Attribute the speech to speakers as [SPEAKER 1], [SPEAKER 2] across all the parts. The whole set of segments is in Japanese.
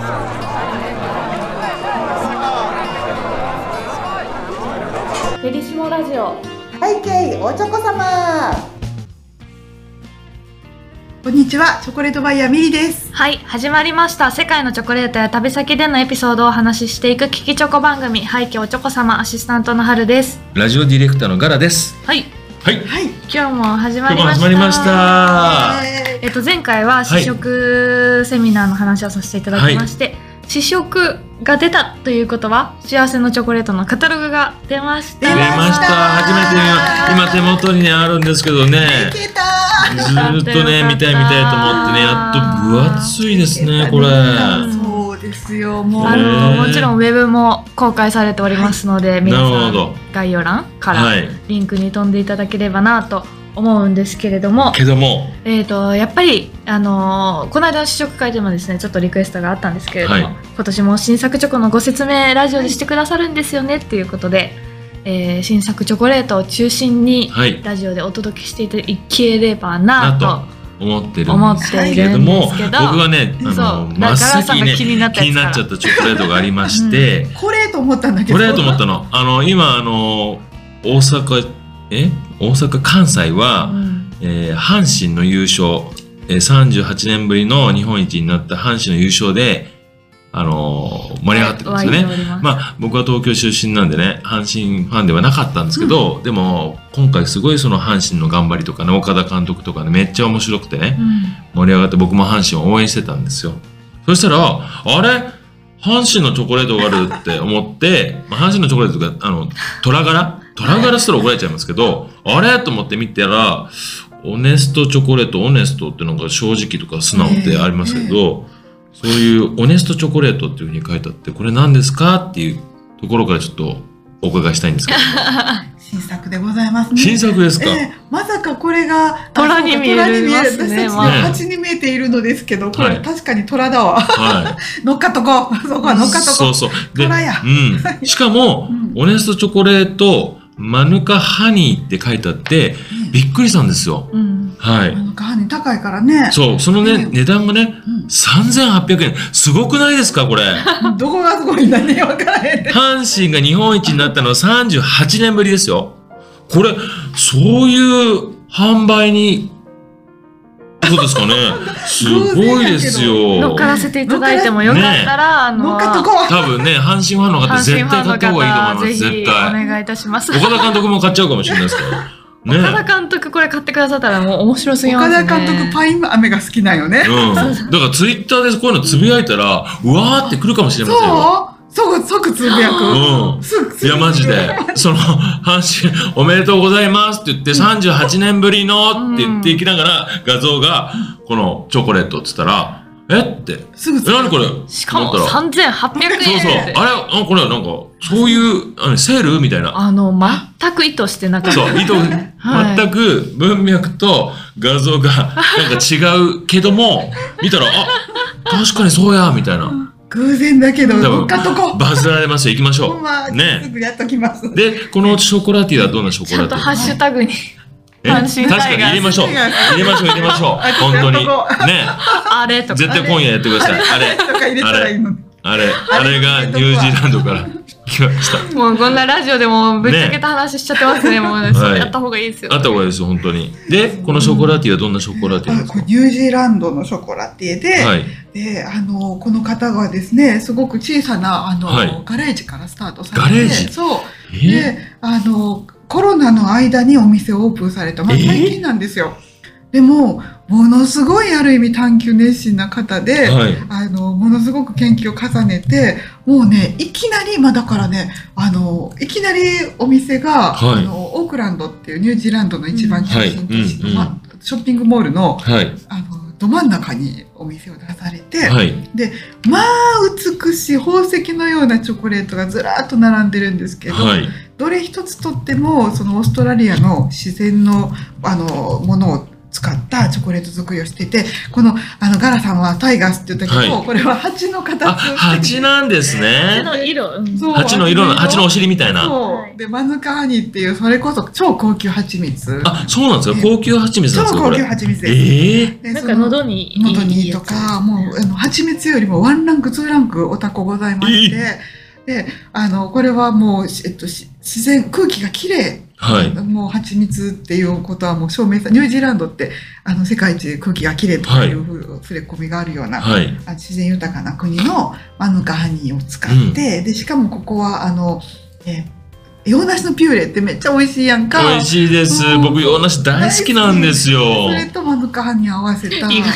[SPEAKER 1] フェリシモラジオ
[SPEAKER 2] 背景おちょこ様。こんにちは、チョコレートバイヤーミリです。
[SPEAKER 1] はい、始まりました。世界のチョコレートや旅先でのエピソードをお話ししていく聞きチョコ番組、背景おちょこ様。アシスタントの春です。
[SPEAKER 3] ラジオディレクターのガラです。
[SPEAKER 1] はい
[SPEAKER 3] はい、
[SPEAKER 1] 今日も始まりました。
[SPEAKER 3] 今日も始まりました。
[SPEAKER 1] 前回は試食セミナーの話をさせていただきまして、試食が出たということは幸せのチョコレートのカタログが出ました。
[SPEAKER 3] 初めて今手元に、あるんですけどね、ずっとね見たいと思ってね、やっと分厚いですねこれ。
[SPEAKER 2] そうですよ。も
[SPEAKER 1] ちろんウェブも公開されておりますので、皆さん概要欄からリンクに飛んでいただければなと思うんですけれども、やっぱりこの間の試食会でもですね、ちょっとリクエストがあったんですけれども、今年も新作チョコのご説明ラジオでしてくださるんですよねっていうことで、新作チョコレートを中心にラジオでお届けしていければなと
[SPEAKER 3] 思ってるんですけれども、僕はね真っ先にね気になっちゃったチョコレートがありまして、
[SPEAKER 2] これと思ったんだけど、
[SPEAKER 3] これと思ったの。今大阪関西は、阪神の優勝、38年ぶりの日本一になった阪神の優勝で、盛り上がってるんですよね。僕は東京出身なんでね、阪神ファンではなかったんですけど、でも今回すごいその阪神の頑張りとかね、岡田監督とかね、めっちゃ面白くてね、盛り上がって、僕も阪神を応援してたんですよ。そしたら、あれ阪神のチョコレートがあるって思って、阪神のチョコレートが虎柄したら怒られちゃいますけど、あれと思って見たら、オネストチョコレート、オネストっていうのが正直とか素直ってありますけど、そういうオネストチョコレートっていうふうに書いてあって、これ何ですかっていうところからちょっとお伺いしたいんですけど。
[SPEAKER 2] 新作でございますね。
[SPEAKER 3] 新作ですか。
[SPEAKER 2] まさかこれが
[SPEAKER 1] 虎に見える。
[SPEAKER 2] 私たちは蜂に見えているのですけど、これ確かに虎だわ。乗っかっとこう。そこは乗っかっとこう。
[SPEAKER 3] そう。
[SPEAKER 2] 虎や。
[SPEAKER 3] しかも、オネストチョコレート、マヌカハニーって書いてあって、びっくりしたんですよ。
[SPEAKER 2] マヌカハニー高いからね。
[SPEAKER 3] そう、そのね、値段がね、3800円。すごくないですか、これ。
[SPEAKER 2] どこがすごいんだね、わからへん。
[SPEAKER 3] 阪神が日本一になったのは38年ぶりですよ。これ、そういう販売に、そうですかね。すごいですよ。
[SPEAKER 1] 乗っからせていただいてもよかったら、
[SPEAKER 2] 乗っかっとこう。
[SPEAKER 3] 多分ね、阪神ファンの方絶対買った方がいいと思います。絶対。
[SPEAKER 1] お願いいたします。
[SPEAKER 3] 岡田監督も買っちゃうかもしれないですから。
[SPEAKER 1] 岡田監督これ買ってくださったらもう面白すぎますね。
[SPEAKER 2] 岡田監督パイン飴が好きなんよね。
[SPEAKER 3] だからツイッターでこういうのつぶやいたら、うわーってくるかもしれませんよ。
[SPEAKER 2] 即つぶやく。
[SPEAKER 3] いやマジで、阪神おめでとうございますって言って38年ぶりのって言っていきながら、画像がこのチョコレートって言ったら、って何これ、
[SPEAKER 1] しかも3800円。
[SPEAKER 3] あれこれなんかそういうセールみたいな、
[SPEAKER 1] 全く意図してなかった。
[SPEAKER 3] 全く文脈と画像がなんか違うけども、見たら確かにそうやみたいな。
[SPEAKER 2] 偶然だけど乗っかっとこう。
[SPEAKER 3] バズられますよ。行きましょうね。
[SPEAKER 2] すぐやっときます。
[SPEAKER 3] で、このショコラティはどんなショコラティ？ちゃんと
[SPEAKER 1] ハッシュタグに
[SPEAKER 3] 確かに入れましょう。本当にね。
[SPEAKER 1] あれとか
[SPEAKER 3] 絶対今夜やってください。あれがニュージーランドから来ました。
[SPEAKER 1] もうこんなラジオでもぶっちゃけた話しちゃってますね。もうやった方がいいですよ。
[SPEAKER 3] あった方がいいですよ、本当に。で、このショコラティはどんなショコラティですか？
[SPEAKER 2] ニュージーランドのショコラティで、この方がですね、すごく小さなガレージからスタートされて、
[SPEAKER 3] ガレージ？
[SPEAKER 2] そう。で、コロナの間にお店をオープンされた、最近なんですよ。でもものすごいある意味探求熱心な方で、ものすごく研究を重ねて、もうねいきなりだからねいきなりお店が、オークランドっていうニュージーランドの一番中心都市の、ショッピングモールの、ど真ん中にお店を出されて、で美しい宝石のようなチョコレートがずらっと並んでるんですけど、どれ一つとってもそのオーストラリアの自然のものを使ったチョコレート作りをしてて、このガラさんはタイガースって言ったけど、これは蜂の形をしてて、
[SPEAKER 3] 蜂なんですね。
[SPEAKER 1] 蜂の色、
[SPEAKER 3] 蜂の色の蜂のお尻みたいな。
[SPEAKER 2] そうでマヌカハニーっていうそれこそ超高級蜂蜜。
[SPEAKER 3] そうなんですか。高級蜂蜜なんですか。
[SPEAKER 2] 超高級蜂蜜です。
[SPEAKER 1] なんか喉に
[SPEAKER 2] いいとか、もう蜂蜜よりも1ランク2ランクお高ございまして、でこれはもう自然空気がきれい。もう蜂蜜っていうことはもう証明さニュージーランドって世界一空気がきれいとかいう触れ込みがあるような、自然豊かな国のマヌカハニーを使って、でしかもここは洋梨のピューレってめっちゃ美味しいやんか。
[SPEAKER 3] 美味しいです。僕洋梨大好きなんですよ。
[SPEAKER 2] それとマヌカハニー合わせた
[SPEAKER 1] 意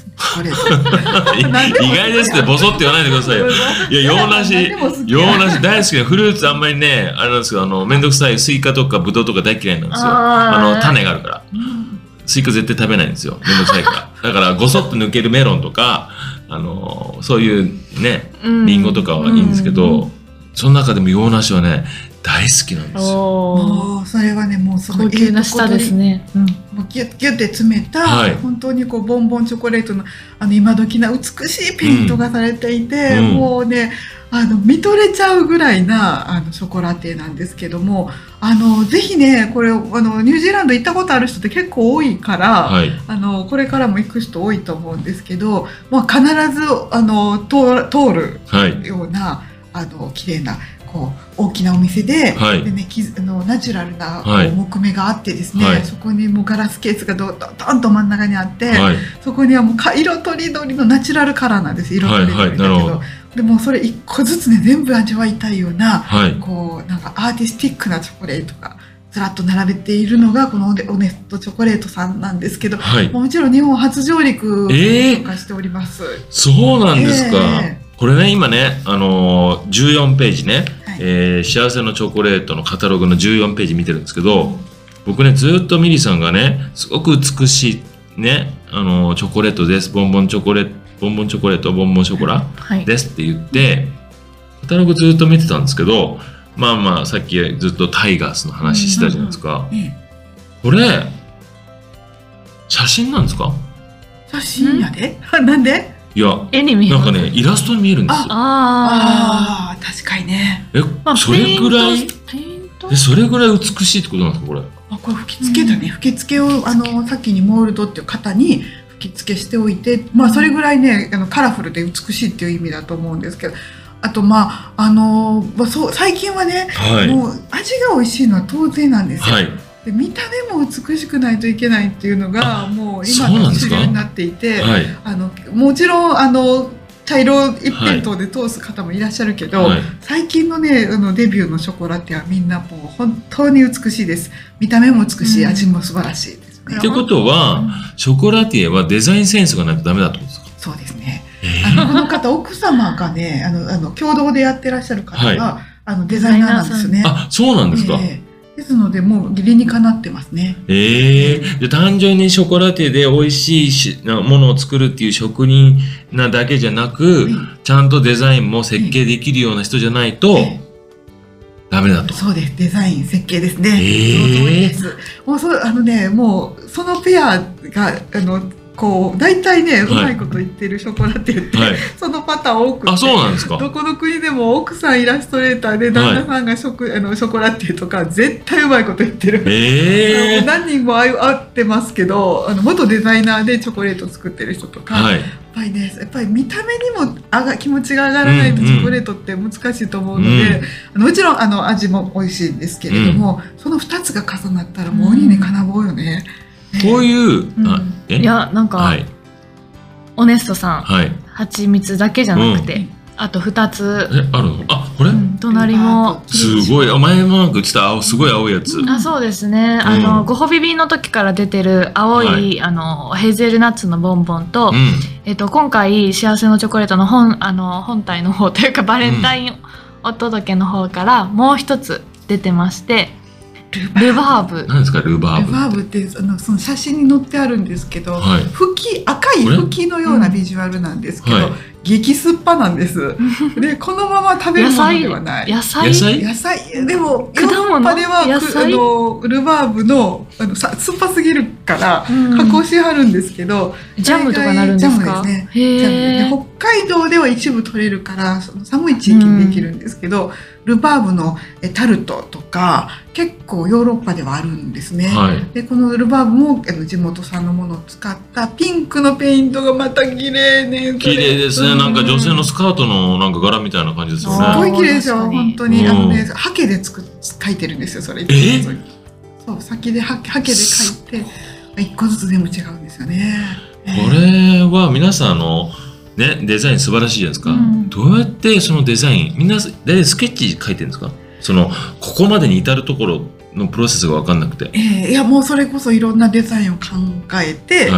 [SPEAKER 3] 外ですってボソって言わないでくださいよ。いや洋梨大好きで、フルーツあんまりねあれなんですけど、めんどくさいスイカとかブドウとか大嫌いなんですよ。種があるから。スイカ絶対食べないんですよ。めんどくさいから。だからごそっと抜けるメロンとかそういうねリンゴとかはいいんですけど、その中でも洋梨はね大好きなんですよ。
[SPEAKER 2] もうそれはね、もうその
[SPEAKER 1] 高級な舌ですね。
[SPEAKER 2] もうギュッギュッて詰めた、本当にこうボンボンチョコレートの今時な美しいペイントがされていて、もうね見とれちゃうぐらいなショコラティエなんですけども、ぜひねこれニュージーランド行ったことある人って結構多いから、これからも行く人多いと思うんですけど、まあ、必ず通るような綺麗なこう大きなお店で、でね、ナチュラルな木目があってですね、そこにもうガラスケースがドンと真ん中にあって、そこにはもう色とりどりのナチュラルカラーなんです。色とりどりだけど、でもそれ一個ずつね全部味わいたいような、こうなんかアーティスティックなチョコレートがずらっと並べているのがこのオネストチョコレートさんなんですけど、もちろん日本初上陸とかしております。
[SPEAKER 3] そうなんですか。これね今ね14ページね、幸せのチョコレートのカタログの14ページ見てるんですけど、僕ねずっとミリさんがねすごく美しいねチョコレートです、ボンボンチョコレートボンボンショコラですって言って、カタログずっと見てたんですけど、まあさっきずっとタイガースの話してたじゃないですか。これ写真なんですか？
[SPEAKER 2] 写真やで。なんで？
[SPEAKER 3] いや、なんかねイラストに見えるんですよ。
[SPEAKER 2] 確かにね。
[SPEAKER 3] それぐらい美しいってことなんですかこれ？
[SPEAKER 2] これ吹き付けだね。吹き付けを先にモールドっていう型に吹き付けしておいて、それぐらいねカラフルで美しいっていう意味だと思うんですけど、あと最近はね、もう味が美味しいのは当然なんですよ。で見た目も美しくないといけないっていうのがもう今の主流になっていて、もちろん茶色一辺倒で通す方もいらっしゃるけど、最近のねデビューのショコラティエはみんなもう本当に美しいです。見た目も美しい、味も素晴らしいですね。
[SPEAKER 3] ってことはショコラティエはデザインセンスがないとダメだってことですか？
[SPEAKER 2] そうですね。この方奥様がね共同でやってらっしゃる方がデザイナーなんですよね。
[SPEAKER 3] そうなんですか。
[SPEAKER 2] ですのでもう理にかなってますね。
[SPEAKER 3] で単純にショコラティエで美味しいものを作るっていう職人なだけじゃなく、ちゃんとデザインも設計できるような人じゃないとダメだと。
[SPEAKER 2] そうです。デザイン設計ですね。その通りです。もうそのペアがこう大体ねうまいこと言ってるショコラティエって、そのパターン多くて、
[SPEAKER 3] そうなんですか。
[SPEAKER 2] どこの国でも奥さんイラストレーターで旦那さんがショコラティエとか絶対うまいこと言ってる。何人も会ってますけど元デザイナーでチョコレート作ってる人とか、やっぱり見た目にも気持ちが上がらないとチョコレートって難しいと思うので、もちろん味も美味しいんですけれども、その2つが重なったらもう鬼に金棒よね。
[SPEAKER 3] こういう
[SPEAKER 1] いやなんかオネストさん蜂蜜だけじゃなくてあと2つ
[SPEAKER 3] あるの？これ
[SPEAKER 1] 隣も
[SPEAKER 3] すごい前マーク言ってたすごい青いやつ。
[SPEAKER 1] そうですね。ご褒美便の時から出てる青いヘーゼルナッツのボンボンと今回幸せのチョコレートの本体の方というかバレンタインお届けの方からもう一つ出てまして、ルバーブ。
[SPEAKER 3] 何ですかルバーブ？
[SPEAKER 2] ルバーブってその写真に載ってあるんですけど、赤い吹きのようなビジュアルなんですけど、激酸っぱなんです。でこのまま食べるものではない。
[SPEAKER 1] 野菜
[SPEAKER 2] でもヨーロッパではルバーブの酸っぱすぎるから加工しはるんですけど、
[SPEAKER 1] ジャムとかなるんですか？
[SPEAKER 2] ジャムですね。ジャムで北海道では一部取れるから寒い地域にできるんですけど、ルバーブのタルトとか結構ヨーロッパではあるんですね。でこのルバーブも地元産のものを使ったピンクのペイントがまた綺麗ね。
[SPEAKER 3] 綺麗ですね。なんか女性のスカートのなんか柄みたいな感じですよね。
[SPEAKER 2] すごい綺麗ですよ。本当にハケで描いてるんですよ。それそう先でハケで描いて一個ずつ全部違うんですよね。
[SPEAKER 3] これは皆さんね、デザイン素晴らしいじゃないですか。どうやってそのデザインみんな大体スケッチ描いてるんですか？ここまでに至るところのプロセスが分かんなくて。
[SPEAKER 2] いやもうそれこそいろんなデザインを考えて、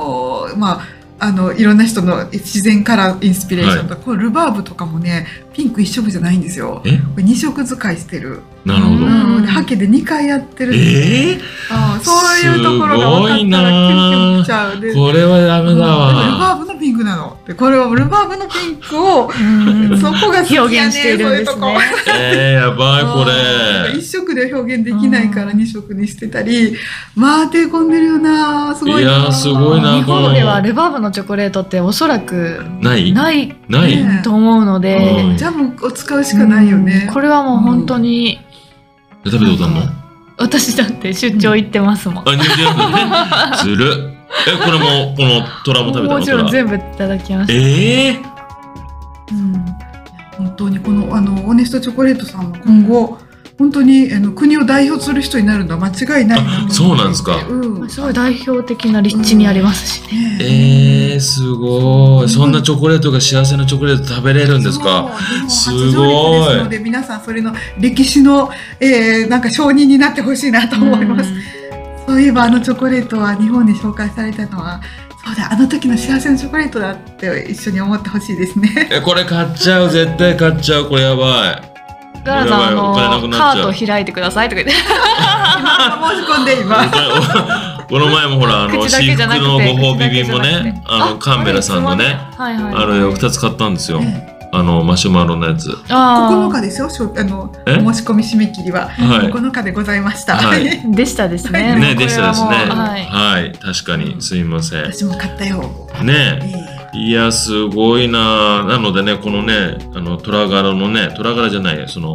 [SPEAKER 2] いろんな人の自然からインスピレーションとか、これルバーブとかもねピンク一色じゃないんですよ。これ2色使いしてる。
[SPEAKER 3] なるほど。
[SPEAKER 2] ハケで2回やってる。そういうところが分かったらキュンキュンしちゃう。
[SPEAKER 3] これはダメだわ。
[SPEAKER 2] ルバーブのピンクなの。でこれはルバーブのピンクをそこが好きやね。
[SPEAKER 1] 表現しているんですね。
[SPEAKER 3] やばいこれ。
[SPEAKER 2] 1色で表現できないから2色にしてたり、まあ手込んでるよな。すごいな。
[SPEAKER 3] いやすごいな。
[SPEAKER 1] 日本ではルバーブのチョコレートっておそらくないと思うので、
[SPEAKER 2] ジャムを使うしかないよね。
[SPEAKER 1] これはもう本当に。
[SPEAKER 3] 食べたことあるの？
[SPEAKER 1] 私だって出張行ってますもん。
[SPEAKER 3] ニュージーランドね。ずる。これもこのトラも食べたの？
[SPEAKER 1] もちろん全部いただきました。
[SPEAKER 2] 本当にこのオネストチョコレートさんも今後本当に国を代表する人になるのは間違いないなと思って。
[SPEAKER 3] そうなんですか。
[SPEAKER 1] すごい代表的な立地にありますしね。
[SPEAKER 3] すごい。そんなチョコレートが幸せなチョコレート食べれるんですか？すごい。ですので皆さんそれの歴史のなんか証人になってほしいなと思います。そういえばチョコレートは日本に紹介されたのはそうだ時の幸せなチョコレートだって一緒に思ってほしいですね。 これ買っちゃう。絶対買っちゃう。これやばい。
[SPEAKER 1] ガラさんカート開いてくださいとか言って
[SPEAKER 2] 申し込んで今
[SPEAKER 3] この前もほら私服のご褒美便もねカンベラさんのね2つ買ったんですよ。マシュマロのやつ。
[SPEAKER 2] 9日ですよ。お申し込み締め切りは9日でございました。
[SPEAKER 1] でしたですね。
[SPEAKER 3] でしたですね。はい確かにすいません。
[SPEAKER 2] 私も買ったよ。
[SPEAKER 3] いやすごいな。なのでねこのね虎柄のね虎柄じゃない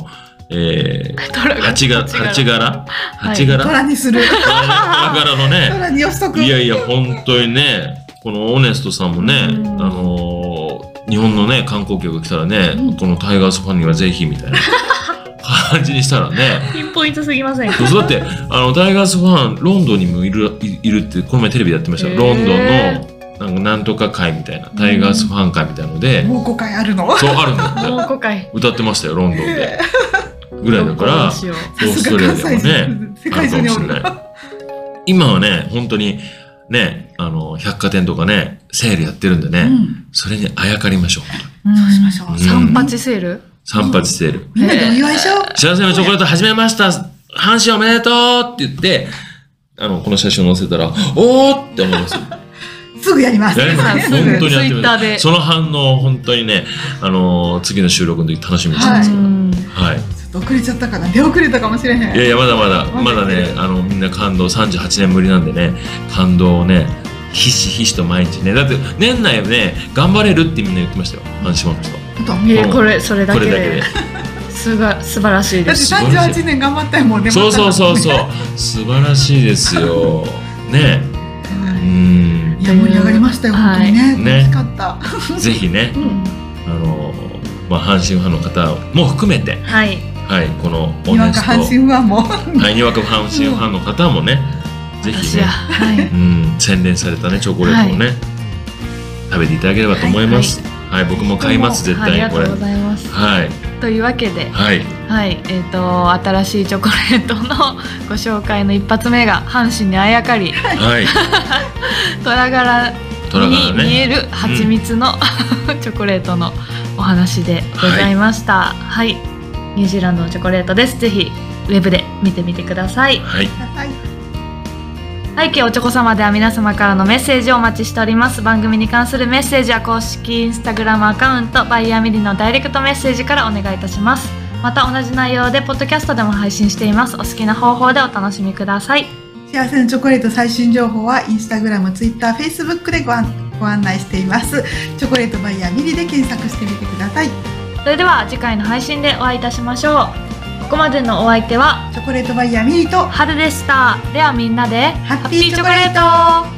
[SPEAKER 3] 蜂柄
[SPEAKER 2] 虎にする
[SPEAKER 3] 虎柄のね
[SPEAKER 2] 虎によしとく。
[SPEAKER 3] いや本当にねこのオネストさんもね日本のね観光客が来たらねこのタイガースファンにはぜひみたいな感じにしたらね
[SPEAKER 1] ピンポイントすぎませんか？
[SPEAKER 3] だってタイガースファンロンドンにもいるってこの前テレビでやってましたよ。ロンドンのなんとか会みたいなタイガースファン会みたいなので
[SPEAKER 2] 蒙古会あるの？
[SPEAKER 3] そうあるんだって
[SPEAKER 1] 蒙古会
[SPEAKER 3] 歌ってましたよロンドンでぐらいだからオーストラリアでもね
[SPEAKER 2] 世界中におる。
[SPEAKER 3] 今はね本当にね百貨店とかねセールやってるんでねそれにあやかりましょう。
[SPEAKER 2] そうしましょう。
[SPEAKER 1] 三八セール
[SPEAKER 3] 三八セール
[SPEAKER 2] みんなでお祝いしよう。
[SPEAKER 3] 幸せなチョコレート始めました阪神おめでとうって言ってこの写真を載せたらおーって思いますよ。
[SPEAKER 2] すぐやります。
[SPEAKER 3] 本当にやってみてその反応本当にね次の収録の時楽しみにしてますからはい。
[SPEAKER 2] ちょっと遅れちゃったかな。出遅れたかもしれへん。
[SPEAKER 3] いやまだねみんな感動38年ぶりなんでね感動をねひしひしと毎日ねだって年内ね頑張れるってみんな言ってましたよ阪神ファンの
[SPEAKER 1] 人。それだけで素晴らしいです。
[SPEAKER 2] だって38年頑張ったよもんね。
[SPEAKER 3] そう素晴らしいですよね。
[SPEAKER 2] いや盛り上がりましたよ本当にね。楽しかった。
[SPEAKER 3] ぜひね阪神ファンの方も含めてこの
[SPEAKER 2] にわか阪神ファンも
[SPEAKER 3] にわか阪神ファンの方もねぜひね洗練されたねチョコレートをね食べていただければと思います。僕も買います絶対にこれ。
[SPEAKER 1] ありがとうございます。というわけで新しいチョコレートのご紹介の一発目が阪神にあやかり虎柄に見える蜂蜜のチョコレートのお話でございました。ニュージーランドのチョコレートです。ぜひウェブで見てみてください。背景おちょこ様では皆様からのメッセージをお待ちしております。番組に関するメッセージは公式インスタグラムアカウントバイヤーミリのダイレクトメッセージからお願いいたします。また同じ内容でポッドキャストでも配信しています。お好きな方法でお楽しみください。
[SPEAKER 2] 幸せのチョコレート最新情報はインスタグラム、ツイッター、フェイスブックでご案内しています。チョコレートバイヤーミリで検索してみてください。
[SPEAKER 1] それでは次回の配信でお会いいたしましょう。ここまでのお相手は
[SPEAKER 2] チョコレートバイヤーミリと
[SPEAKER 1] 春でした。ではみんなで
[SPEAKER 2] ハッピーチョコレート。